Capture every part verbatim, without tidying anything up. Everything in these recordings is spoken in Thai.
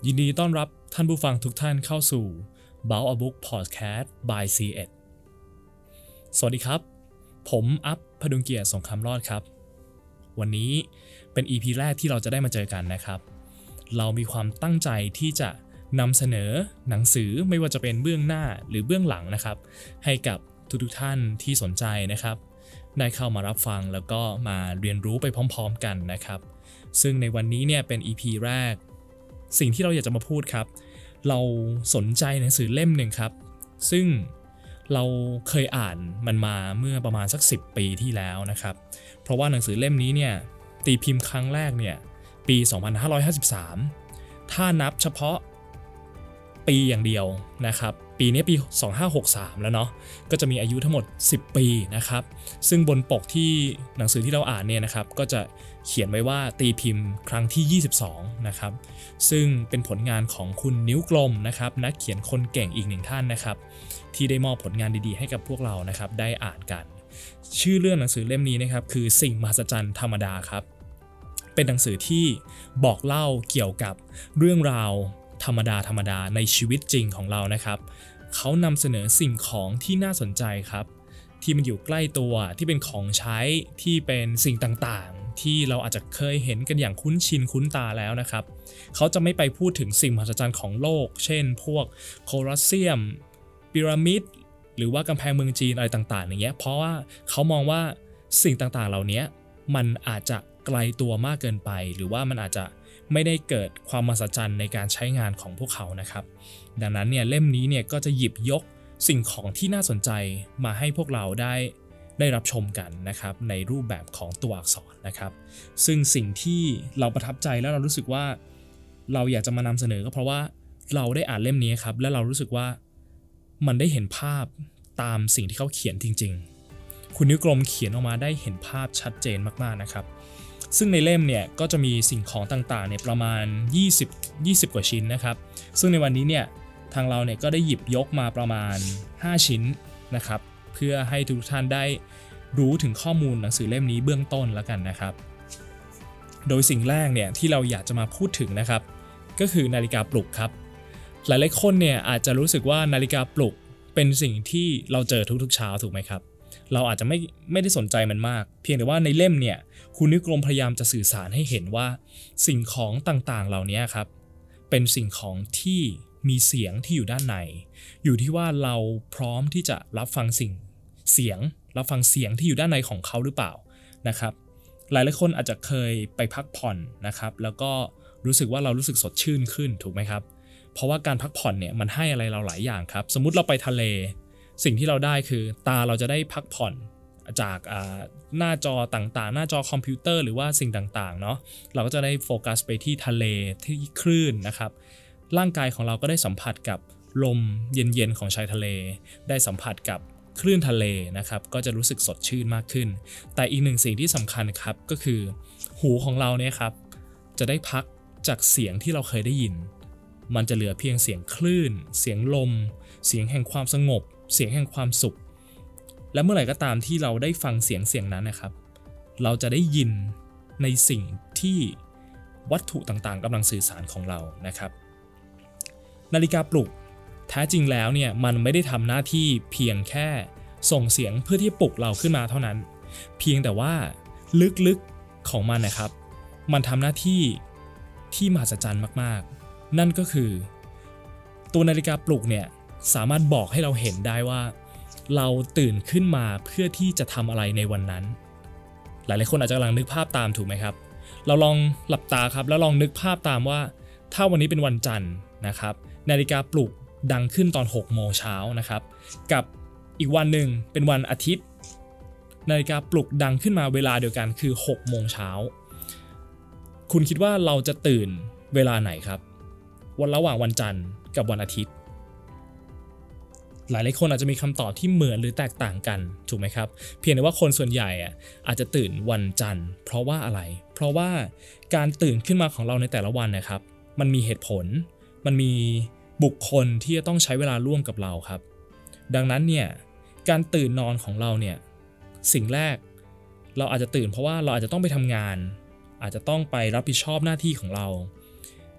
ยินดีต้อนรับท่านผู้ฟังทุกท่านเข้าสู่ About a Book Podcast by ซี เอ็ด สวัสดีครับผมอัพพดุงเกียรติสงครามรอดครับวันนี้เป็น อี พี แรกที่เราจะได้มาเจอกันนะครับเรามีความตั้งใจที่จะนำเสนอหนังสือไม่ว่าจะเป็นเบื้องหน้าหรือเบื้องหลังนะครับให้กับทุกๆท่านที่สนใจนะครับได้เข้ามารับฟังแล้วก็มาเรียนรู้ไปพร้อมๆกันนะครับซึ่งในวันนี้เนี่ยเป็น อี พี แรกสิ่งที่เราอยากจะมาพูดครับเราสนใจหนังสือเล่มหนึ่งครับซึ่งเราเคยอ่านมันมาเมื่อประมาณสักสิบปีที่แล้วนะครับเพราะว่าหนังสือเล่มนี้เนี่ยตีพิมพ์ครั้งแรกเนี่ยปีสองพันห้าร้อยห้าสิบสามถ้านับเฉพาะปีอย่างเดียวนะครับปีนี้ปีสองพันห้าร้อยหกสิบสามแล้วเนาะก็จะมีอายุทั้งหมดสิบปีนะครับซึ่งบนปกที่หนังสือที่เราอ่านเนี่ยนะครับก็จะเขียนไว้ว่าตีพิมพ์ครั้งที่ยี่สิบสองนะครับซึ่งเป็นผลงานของคุณนิ้วกลมนะครับนักเขียนคนเก่งอีกหนึ่งท่านนะครับที่ได้มอบผลงานดีๆให้กับพวกเรานะครับได้อ่านกันชื่อเรื่องหนังสือเล่มนี้นะครับคือสิ่งมหัศจรรย์ธรรมดาครับเป็นหนังสือที่บอกเล่าเกี่ยวกับเรื่องราวธรรมดาธรรมดาในชีวิตจริงของเรานะครับเขานำเสนอสิ่งของที่น่าสนใจครับที่มันอยู่ใกล้ตัวที่เป็นของใช้ที่เป็นสิ่งต่างๆที่เราอาจจะเคยเห็นกันอย่างคุ้นชินคุ้นตาแล้วนะครับเขาจะไม่ไปพูดถึงสิ่งมหัศจรรย์ของโลกเช่นพวกโคลอสเซียมพีระมิดหรือว่ากำแพงเมืองจีนอะไรต่างๆอย่างเงี้ยเพราะว่าเขามองว่าสิ่งต่างๆเหล่านี้มันอาจจะไกลตัวมากเกินไปหรือว่ามันอาจจะไม่ได้เกิดความมหัศจรรย์ในการใช้งานของพวกเขานะครับดังนั้นเนี่ยเล่มนี้เนี่ยก็จะหยิบยกสิ่งของที่น่าสนใจมาให้พวกเราได้ได้รับชมกันนะครับในรูปแบบของตัวอักษรนะครับซึ่งสิ่งที่เราประทับใจแล้วเรารู้สึกว่าเราอยากจะมานำเสนอก็เพราะว่าเราได้อ่านเล่มนี้ครับและเรารู้สึกว่ามันได้เห็นภาพตามสิ่งที่เขาเขียนจริงๆคุณนิ้วกลมเขียนออกมาได้เห็นภาพชัดเจนมากๆนะครับซึ่งในเล่มเนี่ยก็จะมีสิ่งของต่างๆเนี่ยประมาณยี่สิบ ยี่สิบกว่าชิ้นนะครับซึ่งในวันนี้เนี่ยทางเราเนี่ยก็ได้หยิบยกมาประมาณห้าชิ้นนะครับเพื่อให้ทุกท่านได้รู้ถึงข้อมูลหนังสือเล่มนี้เบื้องต้นแล้วกันนะครับโดยสิ่งแรกเนี่ยที่เราอยากจะมาพูดถึงนะครับก็คือนาฬิกาปลุกครับหลายๆคนเนี่ยอาจจะรู้สึกว่านาฬิกาปลุกเป็นสิ่งที่เราเจอทุกๆเช้าถูกไหมครับเราอาจจะไม่ไม่ได้สนใจมันมากเพียงแต่ว่าในเล่มเนี่ยคุณนิ้วกลมพยายามจะสื่อสารให้เห็นว่าสิ่งของต่างๆเหล่านี้ครับเป็นสิ่งของที่มีเสียงที่อยู่ด้านในอยู่ที่ว่าเราพร้อมที่จะรับฟังสิ่งเสียงรับฟังเสียงที่อยู่ด้านในของเขาหรือเปล่านะครับหลายๆคนอาจจะเคยไปพักผ่อนนะครับแล้วก็รู้สึกว่าเรารู้สึกสดชื่นขึ้นถูกไหมครับเพราะว่าการพักผ่อนเนี่ยมันให้อะไรเราหลายอย่างครับสมมุติเราไปทะเลสิ่งที่เราได้คือตาเราจะได้พักผ่อนจากหน้าจอต่างๆหน้าจอคอมพิวเตอร์หรือว่าสิ่งต่างๆเนาะเราก็จะได้โฟกัสไปที่ทะเลที่คลื่นนะครับร่างกายของเราก็ได้สัมผัสกับลมเย็นๆของชายทะเลได้สัมผัสกับคลื่นทะเลนะครับก็จะรู้สึกสดชื่นมากขึ้นแต่อีกหนึ่งสิ่งที่สำคัญครับก็คือหูของเราเนี่ยครับจะได้พักจากเสียงที่เราเคยได้ยินมันจะเหลือเพียงเสียงคลื่นเสียงลมเสียงแห่งความสงบเสียงแห่งความสุขและเมื่อไหร่ก็ตามที่เราได้ฟังเสียงเสียงนั้นนะครับเราจะได้ยินในสิ่งที่วัตถุต่างๆกำลังสื่อสารของเรานะครับนาฬิกาปลุกแท้จริงแล้วเนี่ยมันไม่ได้ทำหน้าที่เพียงแค่ส่งเสียงเพื่อที่ปลุกเราขึ้นมาเท่านั้นเพียงแต่ว่าลึกๆของมันนะครับมันทำหน้าที่ที่มหัศจรรย์มากๆนั่นก็คือตัวนาฬิกาปลุกเนี่ยสามารถบอกให้เราเห็นได้ว่าเราตื่นขึ้นมาเพื่อที่จะทำอะไรในวันนั้นหลายๆคนอาจจะกำลังนึกภาพตามถูกไหมครับเราลองหลับตาครับแล้วลองนึกภาพตามว่าถ้าวันนี้เป็นวันจันทร์นะครับนาฬิกาปลุกดังขึ้นตอนหกโมงเช้านะครับกับอีกวันหนึ่งเป็นวันอาทิตย์นาฬิกาปลุกดังขึ้นมาเวลาเดียวกันคือหกโมงเช้าคุณคิดว่าเราจะตื่นเวลาไหนครับวันระหว่างวันจันทร์กับวันอาทิตย์หลายๆคนอาจจะมีคำตอบที่เหมือนหรือแตกต่างกันถูกไหมครับเพียงแต่ว่าคนส่วนใหญ่อาจจะตื่นวันจันทร์เพราะว่าอะไรเพราะว่าการตื่นขึ้นมาของเราในแต่ละวันนะครับมันมีเหตุผลมันมีบุคคลที่จะต้องใช้เวลาร่วมกับเราครับดังนั้นเนี่ยการตื่นนอนของเราเนี่ยสิ่งแรกเราอาจจะตื่นเพราะว่าเราอาจจะต้องไปทำงานอาจจะต้องไปรับผิดชอบหน้าที่ของเรา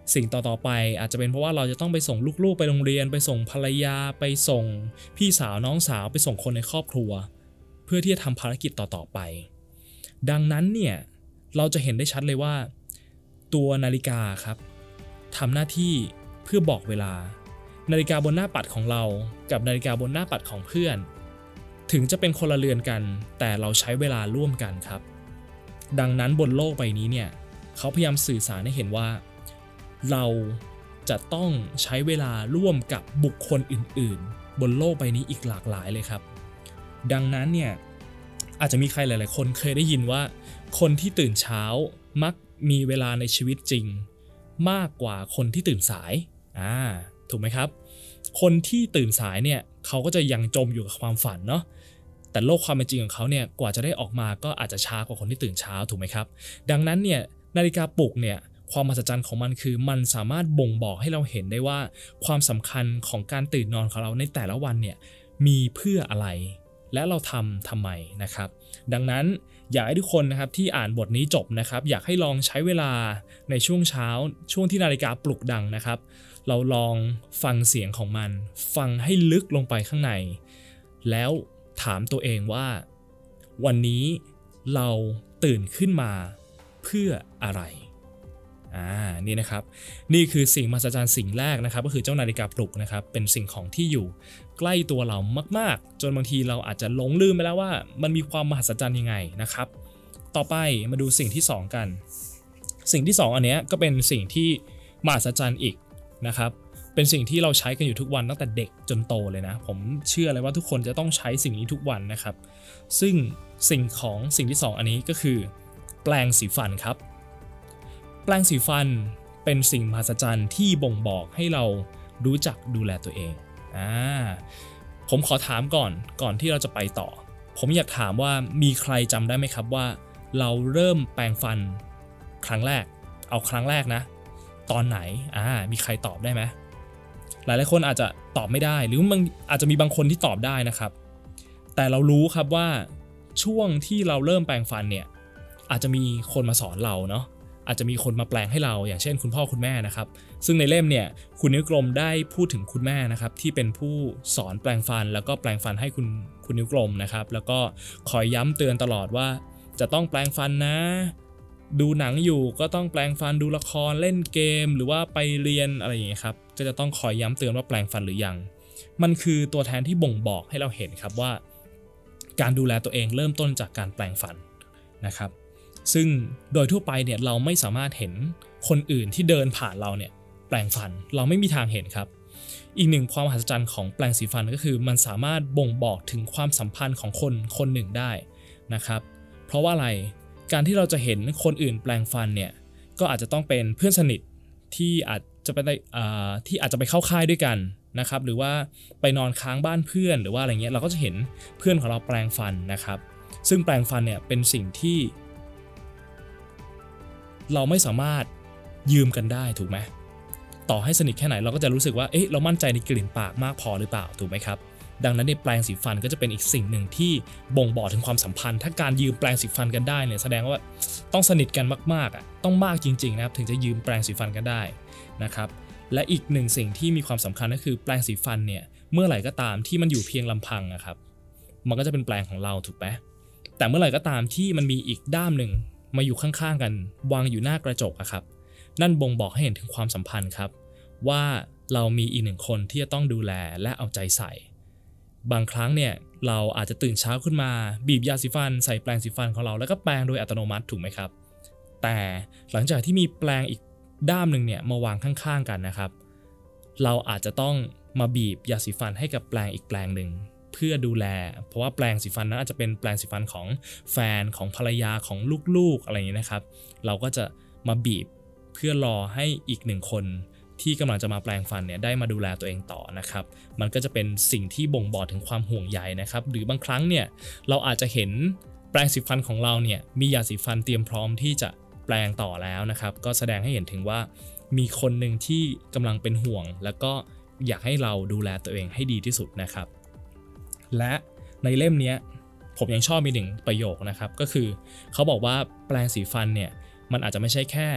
สิ่งต่อๆไปอาจจะเป็นเพราะว่าเราจะต้องไปส่งลูกๆไปโรงเรียนไปส่งภรรยาไปส่งพี่สาวน้องสาวไปส่งคนในครอบครัวเพื่อที่จะทำภารกิจต่อๆไปดังนั้นเนี่ยเราจะเห็นได้ชัดเลยว่าตัวนาฬิกาครับทำหน้าที่เพื่อบอกเวลานาฬิกาบนหน้าปัดของเรากับนาฬิกาบนหน้าปัดของเพื่อนถึงจะเป็นคนละเรือนกันแต่เราใช้เวลาร่วมกันครับดังนั้นบนโลกใบนี้เนี่ยเขาพยายามสื่อสารให้เห็นว่าเราจะต้องใช้เวลาร่วมกับบุคคลอื่นๆบนโลกใบนี้อีกหลากหลายเลยครับดังนั้นเนี่ยอาจจะมีใครหลายๆคนเคยได้ยินว่าคนที่ตื่นเช้ามักมีเวลาในชีวิตจริงมากกว่าคนที่ตื่นสายอ่าถูกไหมครับคนที่ตื่นสายเนี่ยเขาก็จะยังจมอยู่กับความฝันเนาะแต่โลกความเป็นจริงของเขาเนี่ยกว่าจะได้ออกมาก็อาจจะช้ากว่าคนที่ตื่นเช้าถูกไหมครับดังนั้นเนี่ยนาฬิกาปลุกเนี่ยความมหัศจรรย์ของมันคือมันสามารถบ่งบอกให้เราเห็นได้ว่าความสำคัญของการตื่นนอนของเราในแต่ละวันเนี่ยมีเพื่ออะไรและเราทำทำไมนะครับดังนั้นอยากให้ทุกคนนะครับที่อ่านบทนี้จบนะครับอยากให้ลองใช้เวลาในช่วงเช้าช่วงที่นาฬิกาปลุกดังนะครับเราลองฟังเสียงของมันฟังให้ลึกลงไปข้างในแล้วถามตัวเองว่าวันนี้เราตื่นขึ้นมาเพื่ออะไรอ่านี่นะครับนี่คือสิ่งมหัศจรรย์สิ่งแรกนะครับก็คือเจ้านาฬิกาปลุกนะครับเป็นสิ่งของที่อยู่ใกล้ตัวเรามากๆจนบางทีเราอาจจะหลงลืมไปแล้วว่ามันมีความมหัศจรรย์ยังไงนะครับต่อไปมาดูสิ่งที่สองกันสิ่งที่สองอันเนี้ยก็เป็นสิ่งที่มหัศจรรย์อีกนะครับเป็นสิ่งที่เราใช้กันอยู่ทุกวันตั้งแต่เด็กจนโตเลยนะผมเชื่อเลยว่าทุกคนจะต้องใช้สิ่งนี้ทุกวันนะครับซึ่งสิ่งของสิ่งที่สองอันนี้ก็คือแปรงสีฟันครับแปรงสีฟันเป็นสิ่งมหัศจรรย์ที่บ่งบอกให้เรารู้จักดูแลตัวเองอ่าผมขอถามก่อนก่อนที่เราจะไปต่อผมอยากถามว่ามีใครจำได้ไหมครับว่าเราเริ่มแปรงฟันครั้งแรกเอาครั้งแรกนะตอนไหนอ่ามีใครตอบได้ไหมหลายๆคนอาจจะตอบไม่ได้หรือมันอาจจะมีบางคนที่ตอบได้นะครับแต่เรารู้ครับว่าช่วงที่เราเริ่มแปรงฟันเนี่ยอาจจะมีคนมาสอนเราเนาะอาจจะมีคนมาแปลงให้เราอย่างเช่นคุณพ่อคุณแม่นะครับซึ่งในเล่มเนี่ยคุณนิ้วกลมได้พูดถึงคุณแม่นะครับที่เป็นผู้สอนแปลงฟันแล้วก็แปลงฟันให้คุณคุณนิ้วกลมนะครับแล้วก็คอยย้ำเตือนตลอดว่าจะต้องแปลงฟันนะดูหนังอยู่ก็ต้องแปลงฟันดูละครเล่นเกมหรือว่าไปเรียนอะไรอย่างเงี้ยครับก็จะต้องคอยย้ำเตือนว่าแปลงฟันหรือยังมันคือตัวแทนที่บ่งบอกให้เราเห็นครับว่าการดูแลตัวเองเริ่มต้นจากการแปลงฟันนะครับซึ่งโดยทั่วไปเนี่ยเราไม่สามารถเห็นคนอื่นที่เดินผ่านเราเนี่ยแปลงฟันเราไม่มีทางเห็นครับอีกหนึ่งความมหัศจรรย์ของแปลงสีฟันก็คือมันสามารถบ่งบอกถึงความสัมพันธ์ของคนคนหนึ่งได้นะครับเพราะว่าอะไรการที่เราจะเห็นคนอื่นแปลงฟันเนี่ยก็อาจจะต้องเป็นเพื่อนสนิทที่อาจจะไปอ่าที่อาจจะไปเข้าค่ายด้วยกันนะครับหรือว่าไปนอนค้างบ้านเพื่อนหรือว่าอะไรเงี้ยเราก็จะเห็นเพื่อนของเราแปลงฟันนะครับซึ่งแปลงฟันเนี่ยเป็นสิ่งที่เราไม่สามารถยืมกันได้ถูกไหมต่อให้สนิทแค่ไหนเราก็จะรู้สึกว่าเอ๊ะเรามั่นใจในกลิ่นปากมากพอหรือเปล่าถูกไหมครับดังนั้นในแปรงสีฟันก็จะเป็นอีกสิ่งหนึ่งที่บ่งบอกถึงความสัมพันธ์ถ้าการยืมแปรงสีฟันกันได้เนี่ยแสดงว่าต้องสนิทกันมากๆอ่ะต้องมากจริงๆนะครับถึงจะยืมแปรงสีฟันกันได้นะครับและอีกหนึ่งสิ่งที่มีความสำคัญก็คือแปรงสีฟันเนี่ยเมื่อไหร่ก็ตามที่มันอยู่เพียงลำพังนะครับมันก็จะเป็นแปรงของเราถูกไหมแต่เมื่อไหร่ก็ตามที่มันมีอีกด้ามหนึ่งมาอยู่ข้างๆกันวางอยู่หน้ากระจกอะครับนั่นบ่งบอกให้เห็นถึงความสัมพันธ์ครับว่าเรามีอีกหนึ่งคนที่จะต้องดูแลและเอาใจใส่บางครั้งเนี่ยเราอาจจะตื่นเช้าขึ้นมาบีบยาสีฟันใส่แปรงสีฟันของเราแล้วก็แปรงโดยอัตโนมัติถูกไหมครับแต่หลังจากที่มีแปรงอีกด้ามหนึ่งเนี่ยมาวางข้างๆกันนะครับเราอาจจะต้องมาบีบยาสีฟันให้กับแปรงอีกแปรงหนึ่งเพื่อดูแลเพราะว่าแปรงสีฟันนั้นอาจจะเป็นแปรงสีฟันของแฟนของภรรยาของลูกๆอะไรอย่างนี้นะครับเราก็จะมาบีบเพื่อรอให้อีกหนึ่งคนที่กำลังจะมาแปรงฟันเนี่ยได้มาดูแลตัวเองต่อนะครับมันก็จะเป็นสิ่งที่บ่งบอกถึงความห่วงใยนะครับหรือบางครั้งเนี่ยเราอาจจะเห็นแปรงสีฟันของเราเนี่ยมียาสีฟันเตรียมพร้อมที่จะแปรงต่อแล้วนะครับก็แสดงให้เห็นถึงว่ามีคนหนึ่งที่กำลังเป็นห่วงแล้วก็อยากให้เราดูแลตัวเองให้ดีที่สุดนะครับและในเล่มนี้ผมยังชอบมีหนึ่งประโยคนะครับก็คือเขาบอกว่าแปรงสีฟันเนี่ยมันอาจจะไม่ใช่แค่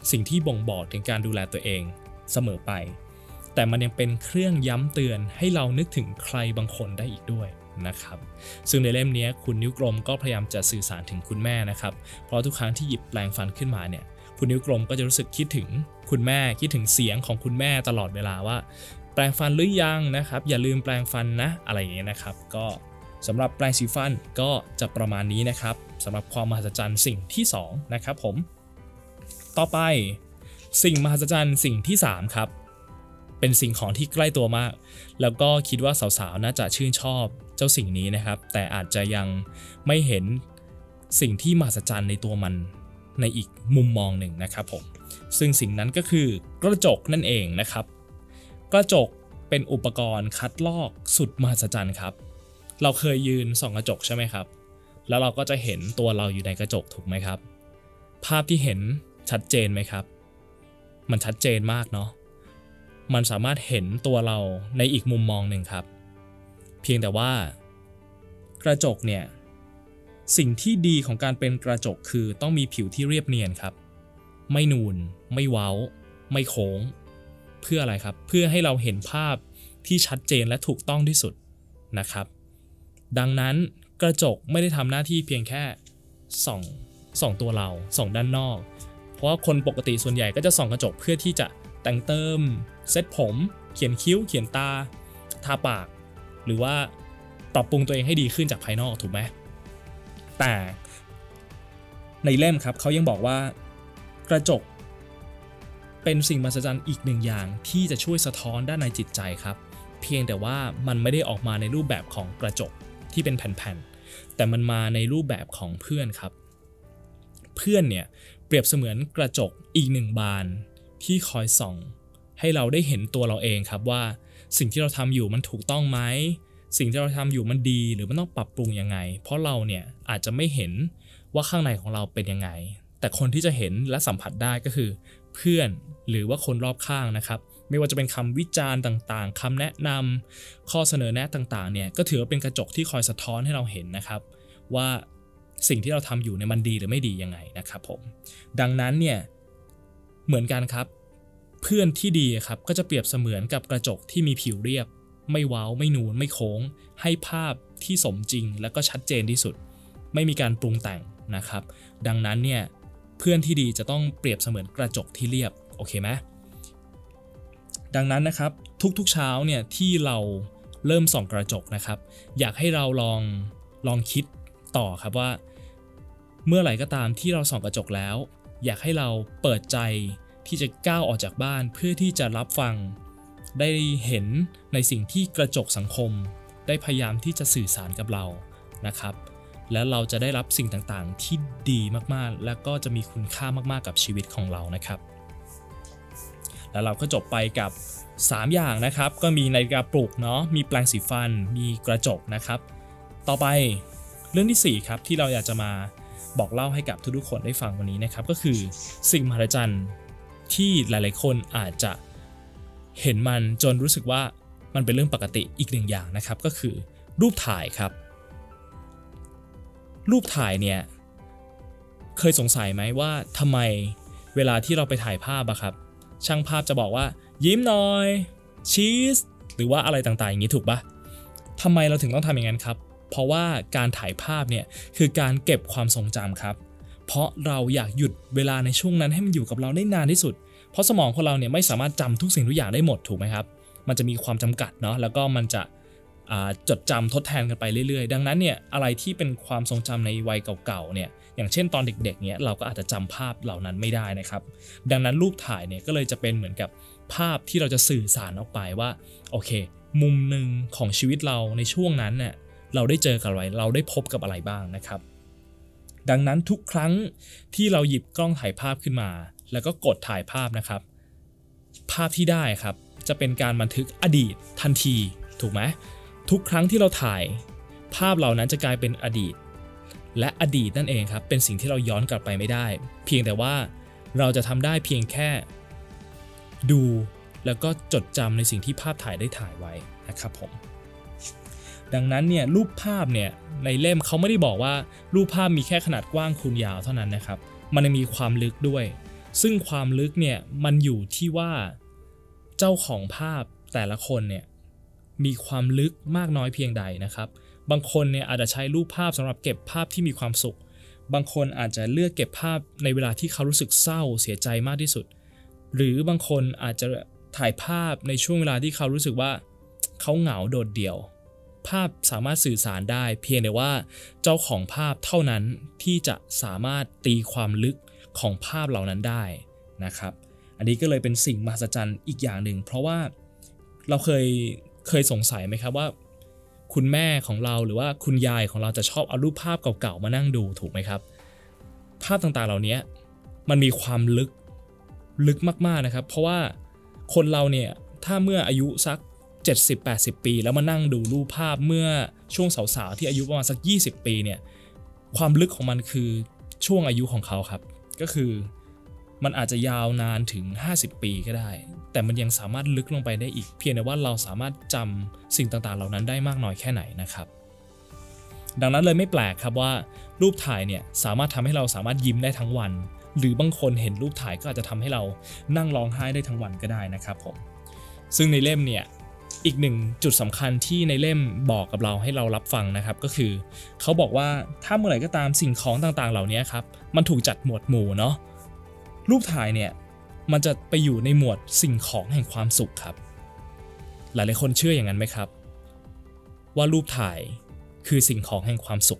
สิ่งที่บ่งบอกถึงการดูแลตัวเองเสมอไปแต่มันยังเป็นเครื่องย้ำเตือนให้เรานึกถึงใครบางคนได้อีกด้วยนะครับซึ่งในเล่มนี้คุณนิ้วกลมก็พยายามจะสื่อสารถึงคุณแม่นะครับเพราะทุกครั้งที่หยิบแปรงฟันขึ้นมาเนี่ยคุณนิ้วกลมก็จะรู้สึกคิดถึงคุณแม่คิดถึงเสียงของคุณแม่ตลอดเวลาว่าแปรงฟันหรือยังนะครับอย่าลืมแปรงฟันนะอะไรอย่างเงี้ยนะครับก็สำหรับแปรงสีฟันก็จะประมาณนี้นะครับสำหรับความมหัศจรรย์สิ่งที่สองนะครับผมต่อไปสิ่งมหัศจรรย์สิ่งที่สามครับเป็นสิ่งของที่ใกล้ตัวมากแล้วก็คิดว่าสาวๆน่าจะชื่นชอบเจ้าสิ่งนี้นะครับแต่อาจจะยังไม่เห็นสิ่งที่มหัศจรรย์ในตัวมันในอีกมุมมองหนึ่งนะครับผมซึ่งสิ่งนั้นก็คือกระจกนั่นเองนะครับกระจกเป็นอุปกรณ์คัดลอกสุดมหัศจรรย์ครับเราเคยยืนส่องกระจกใช่ไหมครับแล้วเราก็จะเห็นตัวเราอยู่ในกระจกถูกไหมครับภาพที่เห็นชัดเจนไหมครับมันชัดเจนมากเนาะมันสามารถเห็นตัวเราในอีกมุมมองหนึ่งครับเพียงแต่ว่ากระจกเนี่ยสิ่งที่ดีของการเป็นกระจกคือต้องมีผิวที่เรียบเนียนครับไม่นูนไม่เว้าไม่โค้งเพื่ออะไรครับเพื่อให้เราเห็นภาพที่ชัดเจนและถูกต้องที่สุดนะครับดังนั้นกระจกไม่ได้ทำหน้าที่เพียงแค่ส่องส่องตัวเราส่องด้านนอกเพราะว่าคนปกติส่วนใหญ่ก็จะส่องกระจกเพื่อที่จะแต่งเติมเซ็ตผมเขียนคิ้วเขียนตาทาปากหรือว่าปรับปรุงตัวเองให้ดีขึ้นจากภายนอกถูกไหมแต่ในเล่มครับเขายังบอกว่ากระจกเป็นสิ่งมหัศจรรย์อีกหนึ่งอย่างที่จะช่วยสะท้อนด้านในจิตใจครับเพียงแต่ว่ามันไม่ได้ออกมาในรูปแบบของกระจกที่เป็นแผ่นๆแต่มันมาในรูปแบบของเพื่อนครับเพื่อนเนี่ยเปรียบเสมือนกระจกอีกหนึ่งบานที่คอยส่องให้เราได้เห็นตัวเราเองครับว่าสิ่งที่เราทำอยู่มันถูกต้องไหมสิ่งที่เราทำอยู่มันดีหรือมันต้องปรับปรุงยังไงเพราะเราเนี่ยอาจจะไม่เห็นว่าข้างในของเราเป็นยังไงแต่คนที่จะเห็นและสัมผัสได้ก็คือเพื่อนหรือว่าคนรอบข้างนะครับไม่ว่าจะเป็นคำวิจารณ์ต่างๆคำแนะนำข้อเสนอแนะต่างๆเนี่ยก็ถือว่าเป็นกระจกที่คอยสะท้อนให้เราเห็นนะครับว่าสิ่งที่เราทำอยู่เนี่ยมันดีหรือไม่ดียังไงนะครับผมดังนั้นเนี่ยเหมือนกันครับเพื่อนที่ดีครับก็จะเปรียบเสมือนกับกระจกที่มีผิวเรียบไม่เว้าไม่นูนไม่โค้งให้ภาพที่สมจริงและก็ชัดเจนที่สุดไม่มีการปรุงแต่งนะครับดังนั้นเนี่ยเพื่อนที่ดีจะต้องเปรียบเสมือนกระจกที่เรียบโอเคไหมดังนั้นนะครับทุกๆเช้าเนี่ยที่เราเริ่มส่องกระจกนะครับอยากให้เราลองลองคิดต่อครับว่าเมื่อไหร่ก็ตามที่เราส่องกระจกแล้วอยากให้เราเปิดใจที่จะก้าวออกจากบ้านเพื่อที่จะรับฟังได้เห็นในสิ่งที่กระจกสังคมได้พยายามที่จะสื่อสารกับเรานะครับและเราจะได้รับสิ่งต่างๆที่ดีมากๆและก็จะมีคุณค่ามากๆกับชีวิตของเรานะครับแล้วเราก็จบไปกับสามอย่างนะครับก็มีนาฬิกาปลุกเนาะมีแปรงสีฟันมีกระจกนะครับต่อไปเรื่องที่สี่ครับที่เราอยากจะมาบอกเล่าให้กับทุกๆคนได้ฟังวันนี้นะครับก็คือสิ่งมหัศจรรย์ที่หลายๆคนอาจจะเห็นมันจนรู้สึกว่ามันเป็นเรื่องปกติอีกหนึ่งอย่างนะครับก็คือรูปถ่ายครับรูปถ่ายเนี่ยเคยสงสัยไหมว่าทำไมเวลาที่เราไปถ่ายภาพอะครับช่างภาพจะบอกว่ายิ้มหน่อยชีสหรือว่าอะไรต่างๆอย่างนี้ถูกปะทำไมเราถึงต้องทำอย่างนั้นครับเพราะว่าการถ่ายภาพเนี่ยคือการเก็บความทรงจำครับเพราะเราอยากหยุดเวลาในช่วงนั้นให้มันอยู่กับเราได้นานที่สุดเพราะสมองของเราเนี่ยไม่สามารถจำทุกสิ่งทุกอย่างได้หมดถูกไหมครับมันจะมีความจำกัดเนาะแล้วก็มันจะจดจำทดแทนกันไปเรื่อยๆดังนั้นเนี่ยอะไรที่เป็นความทรงจำในวัยเก่าๆเนี่ยอย่างเช่นตอนเด็กๆเนี่ยเราก็อาจจะจำภาพเหล่านั้นไม่ได้นะครับดังนั้นรูปถ่ายเนี่ยก็เลยจะเป็นเหมือนกับภาพที่เราจะสื่อสารออกไปว่าโอเคมุมหนึ่งของชีวิตเราในช่วงนั้นเนี่ยเราได้เจอกับอะไรเราได้พบกับอะไรบ้างนะครับดังนั้นทุกครั้งที่เราหยิบกล้องถ่ายภาพขึ้นมาแล้วก็กดถ่ายภาพนะครับภาพที่ได้ครับจะเป็นการบันทึกอดีตทันทีถูกไหมทุกครั้งที่เราถ่ายภาพเหล่านั้นจะกลายเป็นอดีตและอดีตนั่นเองครับเป็นสิ่งที่เราย้อนกลับไปไม่ได้เพียงแต่ว่าเราจะทำได้เพียงแค่ดูแล้วก็จดจำในสิ่งที่ภาพถ่ายได้ถ่ายไว้นะครับผมดังนั้นเนี่ยรูปภาพเนี่ยในเล่มเขาไม่ได้บอกว่ารูปภาพมีแค่ขนาดกว้างคูณยาวเท่านั้นนะครับมันมีความลึกด้วยซึ่งความลึกเนี่ยมันอยู่ที่ว่าเจ้าของภาพแต่ละคนเนี่ยมีความลึกมากน้อยเพียงใดนะครับบางคนเนี่ยอาจจะใช้รูปภาพสำหรับเก็บภาพที่มีความสุขบางคนอาจจะเลือกเก็บภาพในเวลาที่เขารู้สึกเศร้าเสียใจมากที่สุดหรือบางคนอาจจะถ่ายภาพในช่วงเวลาที่เขารู้สึกว่าเขาเหงาโดดเดี่ยวภาพสามารถสื่อสารได้เพียงแต่ว่าเจ้าของภาพเท่านั้นที่จะสามารถตีความลึกของภาพเหล่านั้นได้นะครับอันนี้ก็เลยเป็นสิ่งมหัศจรรย์อีกอย่างหนึ่งเพราะว่าเราเคยเคยสงสัยไหมครับว่าคุณแม่ของเราหรือว่าคุณยายของเราจะชอบเอารูปภาพเก่าๆมานั่งดูถูกไหมครับภาพต่างๆเหล่านี้มันมีความลึกลึกมากๆนะครับเพราะว่าคนเราเนี่ยถ้าเมื่ออายุสัก เจ็ดสิบ แปดสิบ ปีแล้วมานั่งดูรูปภาพเมื่อช่วงสาวๆที่อายุประมาณสักยี่สิบปีเนี่ยความลึกของมันคือช่วงอายุของเขาครับก็คือมันอาจจะยาวนานถึงห้าสิบปีก็ได้แต่มันยังสามารถลึกลงไปได้อีกเพียงแต่ว่าเราสามารถจำสิ่งต่างๆเหล่านั้นได้มากน้อยแค่ไหนนะครับดังนั้นเลยไม่แปลกครับว่ารูปถ่ายเนี่ยสามารถทำให้เราสามารถยิ้มได้ทั้งวันหรือบางคนเห็นรูปถ่ายก็อาจจะทำให้เรานั่งร้องไห้ได้ทั้งวันก็ได้นะครับผมซึ่งในเล่มเนี่ยอีกหนึ่งจุดสำคัญที่ในเล่มบอกกับเราให้เรารับฟังนะครับก็คือเขาบอกว่าถ้าเมื่อไหร่ก็ตามสิ่งของต่างๆเหล่านี้ครับมันถูกจัดหมวดหมู่เนาะรูปถ่ายเนี่ยมันจะไปอยู่ในหมวดสิ่งของแห่งความสุขครับหลายๆคนเชื่ออย่างนั้นไหมครับว่ารูปถ่ายคือสิ่งของแห่งความสุข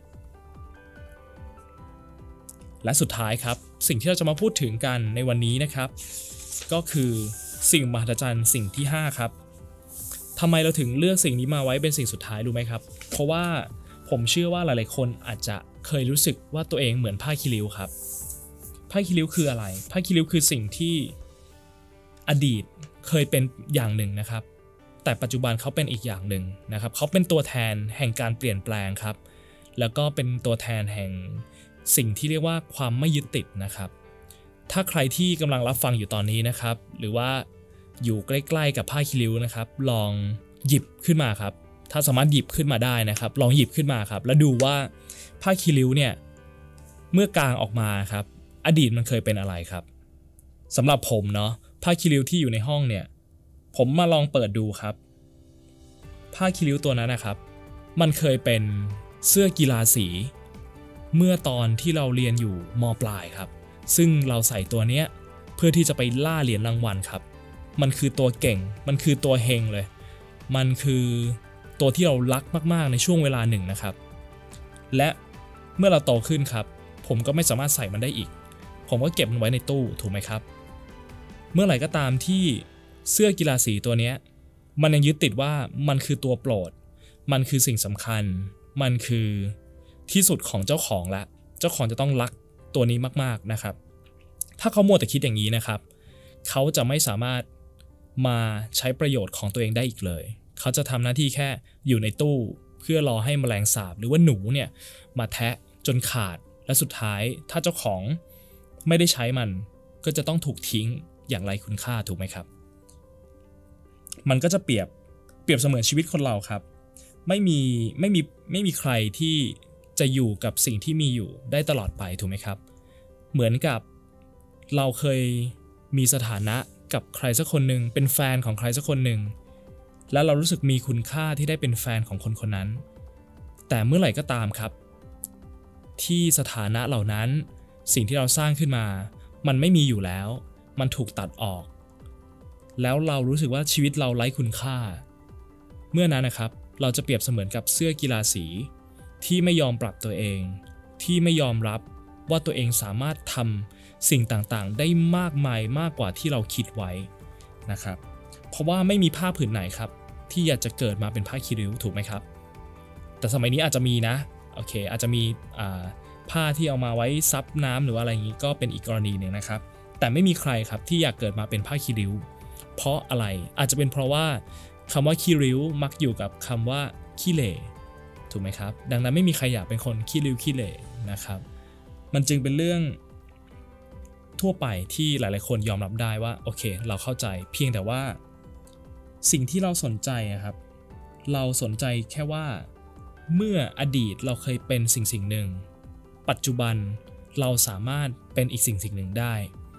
และสุดท้ายครับสิ่งที่เราจะมาพูดถึงกันในวันนี้นะครับก็คือสิ่งมหัศจรรย์สิ่งที่ห้าครับทำไมเราถึงเลือกสิ่งนี้มาไว้เป็นสิ่งสุดท้ายรู้ไหมครับเพราะว่าผมเชื่อว่าหลายๆคนอาจจะเคยรู้สึกว่าตัวเองเหมือนผ้าคีริ้วครับผ้าคีริ้วคืออะไรผ้าคีริ้วคือสิ่งที่อดีตเคยเป็นอย่างหนึ่งนะครับแต่ปัจจุบันเขาเป็นอีกอย่างหนึ่งนะครับเขาเป็นตัวแทนแห่งการเปลี่ยนแปลงครับแล้วก็เป็นตัวแทนแห่งสิ่งที่เรียกว่าความไม่ยึดติดนะครับถ้าใครที่กำลังรับฟังอยู่ตอนนี้นะครับหรือว่าอยู่ใกล้ๆกับผ้าคีริ้วนะครับลองหยิบขึ้นมาครับถ้าสามารถหยิบขึ้นมาได้นะครับลองหยิบขึ้นมาครับแล้วดูว่าผ้าคีริ้วเนี่ยเมื่อกางออกมาครับอดีตมันเคยเป็นอะไรครับสำหรับผมเนาะผ้าคีริ้วที่อยู่ในห้องเนี่ยผมมาลองเปิดดูครับผ้าคีริ้วตัวนั้นนะครับมันเคยเป็นเสื้อกีฬาสีเมื่อตอนที่เราเรียนอยู่ม.ปลายครับซึ่งเราใส่ตัวเนี้ยเพื่อที่จะไปล่าเหรียญรางวัลครับมันคือตัวเก่งมันคือตัวเฮงเลยมันคือตัวที่เรารักมากๆในช่วงเวลาหนึ่งนะครับและเมื่อเราโตขึ้นครับผมก็ไม่สามารถใส่มันได้อีกผมก็เก็บมันไว้ในตู้ถูกไหมครับเมื่อไหร่ก็ตามที่เสื้อกีฬาสีตัวนี้มันยังยึดติดว่ามันคือตัวโปรดมันคือสิ่งสำคัญมันคือที่สุดของเจ้าของละเจ้าของจะต้องรักตัวนี้มากๆนะครับถ้าเขามัวแต่คิดอย่างนี้นะครับเขาจะไม่สามารถมาใช้ประโยชน์ของตัวเองได้อีกเลยเขาจะทำหน้าที่แค่อยู่ในตู้เพื่อรอให้แมลงสาบหรือว่าหนูเนี่ยมาแทะจนขาดและสุดท้ายถ้าเจ้าของไม่ได้ใช้มันก็จะต้องถูกทิ้งอย่างไร้คุณค่าถูกไหมครับมันก็จะเปรียบเปรียบเสมือนชีวิตคนเราครับไม่มีไม่มีไม่มีใครที่จะอยู่กับสิ่งที่มีอยู่ได้ตลอดไปถูกไหมครับเหมือนกับเราเคยมีสถานะกับใครสักคนหนึ่งเป็นแฟนของใครสักคนหนึ่งแล้วเรารู้สึกมีคุณค่าที่ได้เป็นแฟนของคนคนนั้นแต่เมื่อไหร่ก็ตามครับที่สถานะเหล่านั้นสิ่งที่เราสร้างขึ้นมามันไม่มีอยู่แล้วมันถูกตัดออกแล้วเรารู้สึกว่าชีวิตเราไร้คุณค่าเมื่อนั้นนะครับเราจะเปรียบเสมือนกับเสื้อกีฬาสีที่ไม่ยอมปรับตัวเองที่ไม่ยอมรับว่าตัวเองสามารถทำสิ่งต่างๆได้มากมายมากกว่าที่เราคิดไว้นะครับเพราะว่าไม่มีผ้าผืนไหนครับที่อยากจะเกิดมาเป็นผ้าคีริ้วถูกไหมครับแต่สมัยนี้อาจจะมีนะโอเคอาจจะมีผ้าที่เอามาไว้ซับน้ำหรืออะไรอย่างนี้ก็เป็นอีกกรณีหนึ่งนะครับแต่ไม่มีใครครับที่อยากเกิดมาเป็นผ้าคีริ้วเพราะอะไรอาจจะเป็นเพราะว่าคำว่าคีริ้วมักอยู่กับคำว่าขี้เหร่ถูกไหมครับดังนั้นไม่มีใครอยากเป็นคนขี้ริ้วขี้เหร่นะครับมันจึงเป็นเรื่องทั่วไปที่หลายๆคนยอมรับได้ว่าโอเคเราเข้าใจเพียงแต่ว่าสิ่งที่เราสนใจครับเราสนใจแค่ว่าเมื่ออดีตเราเคยเป็นสิ่งสิ่งหนึ่งปัจจุบันเราสามารถเป็นอีกสิ่งสิ่งหนึ่งได้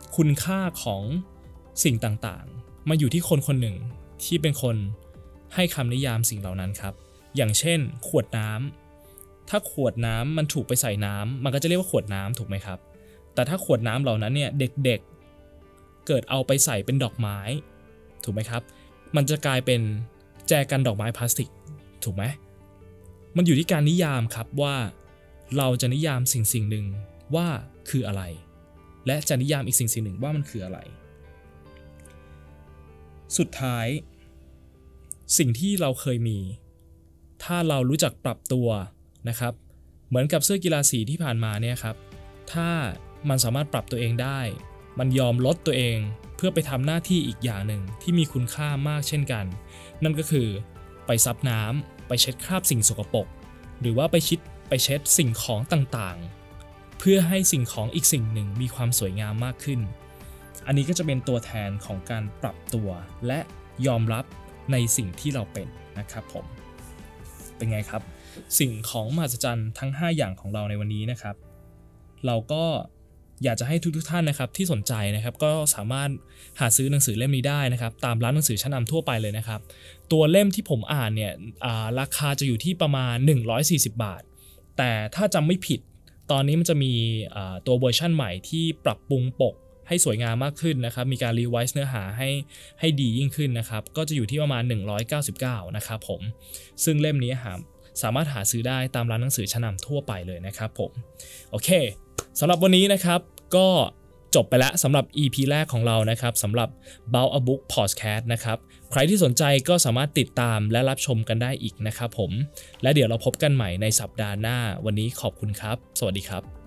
คุณค่าของสิ่งต่างๆมาอยู่ที่คนคนหนึ่งที่เป็นคนให้คำนิยามสิ่งเหล่านั้นครับอย่างเช่นขวดน้ำถ้าขวดน้ำมันถูกไปใส่น้ำมันก็จะเรียกว่าขวดน้ำถูกไหมครับแต่ถ้าขวดน้ำเหล่านั้นเนี่ยเด็กๆเกิดเอาไปใส่เป็นดอกไม้ถูกไหมครับมันจะกลายเป็นแจกันดอกไม้พลาสติกถูกไหมมันอยู่ที่การนิยามครับว่าเราจะนิยามสิ่งสิ่งหนึ่งว่าคืออะไรและจะนิยามอีกสิ่งสิ่งหนึ่งว่ามันคืออะไรสุดท้ายสิ่งที่เราเคยมีถ้าเรารู้จักปรับตัวนะครับเหมือนกับเสื้อกีฬาสีที่ผ่านมาเนี่ยครับถ้ามันสามารถปรับตัวเองได้มันยอมลดตัวเองเพื่อไปทำหน้าที่อีกอย่างหนึ่งที่มีคุณค่ามากเช่นกันนั่นก็คือไปซับน้ำไปเช็ดคราบสิ่งสกปรกหรือว่าไปชิดไปเช็ดสิ่งของต่างๆเพื่อให้สิ่งของอีกสิ่งหนึ่งมีความสวยงามมากขึ้นอันนี้ก็จะเป็นตัวแทนของการปรับตัวและยอมรับในสิ่งที่เราเป็นนะครับผมเป็นไงครับสิ่งของมหัศจรรย์ทั้งห้าอย่างของเราในวันนี้นะครับเราก็อยากจะให้ทุกๆท่านนะครับที่สนใจนะครับก็สามารถหาซื้อหนังสือเล่มนี้ได้นะครับตามร้านหนังสือชั้นนำทั่วไปเลยนะครับตัวเล่มที่ผมอ่านเนี่ยราคาจะอยู่ที่ประมาณหนึ่งร้อยสี่สิบบาทแต่ถ้าจำไม่ผิดตอนนี้มันจะมีตัวเวอร์ชั่นใหม่ที่ปรับปรุงปกให้สวยงามมากขึ้นนะครับมีการรีไวซ์เนื้อหาให้ให้ดียิ่งขึ้นนะครับก็จะอยู่ที่ประมาณหนึ่งร้อยเก้าสิบเก้านะครับผมซึ่งเล่มนี้หาสามารถหาซื้อได้ตามร้านหนังสือชั้นนำทั่วไปเลยนะครับผมโอเคสำหรับวันนี้นะครับก็จบไปแล้วสำหรับ อี พี แรกของเรานะครับสำหรับ About a Book Podcast นะครับใครที่สนใจก็สามารถติดตามและรับชมกันได้อีกนะครับผมและเดี๋ยวเราพบกันใหม่ในสัปดาห์หน้าวันนี้ขอบคุณครับสวัสดีครับ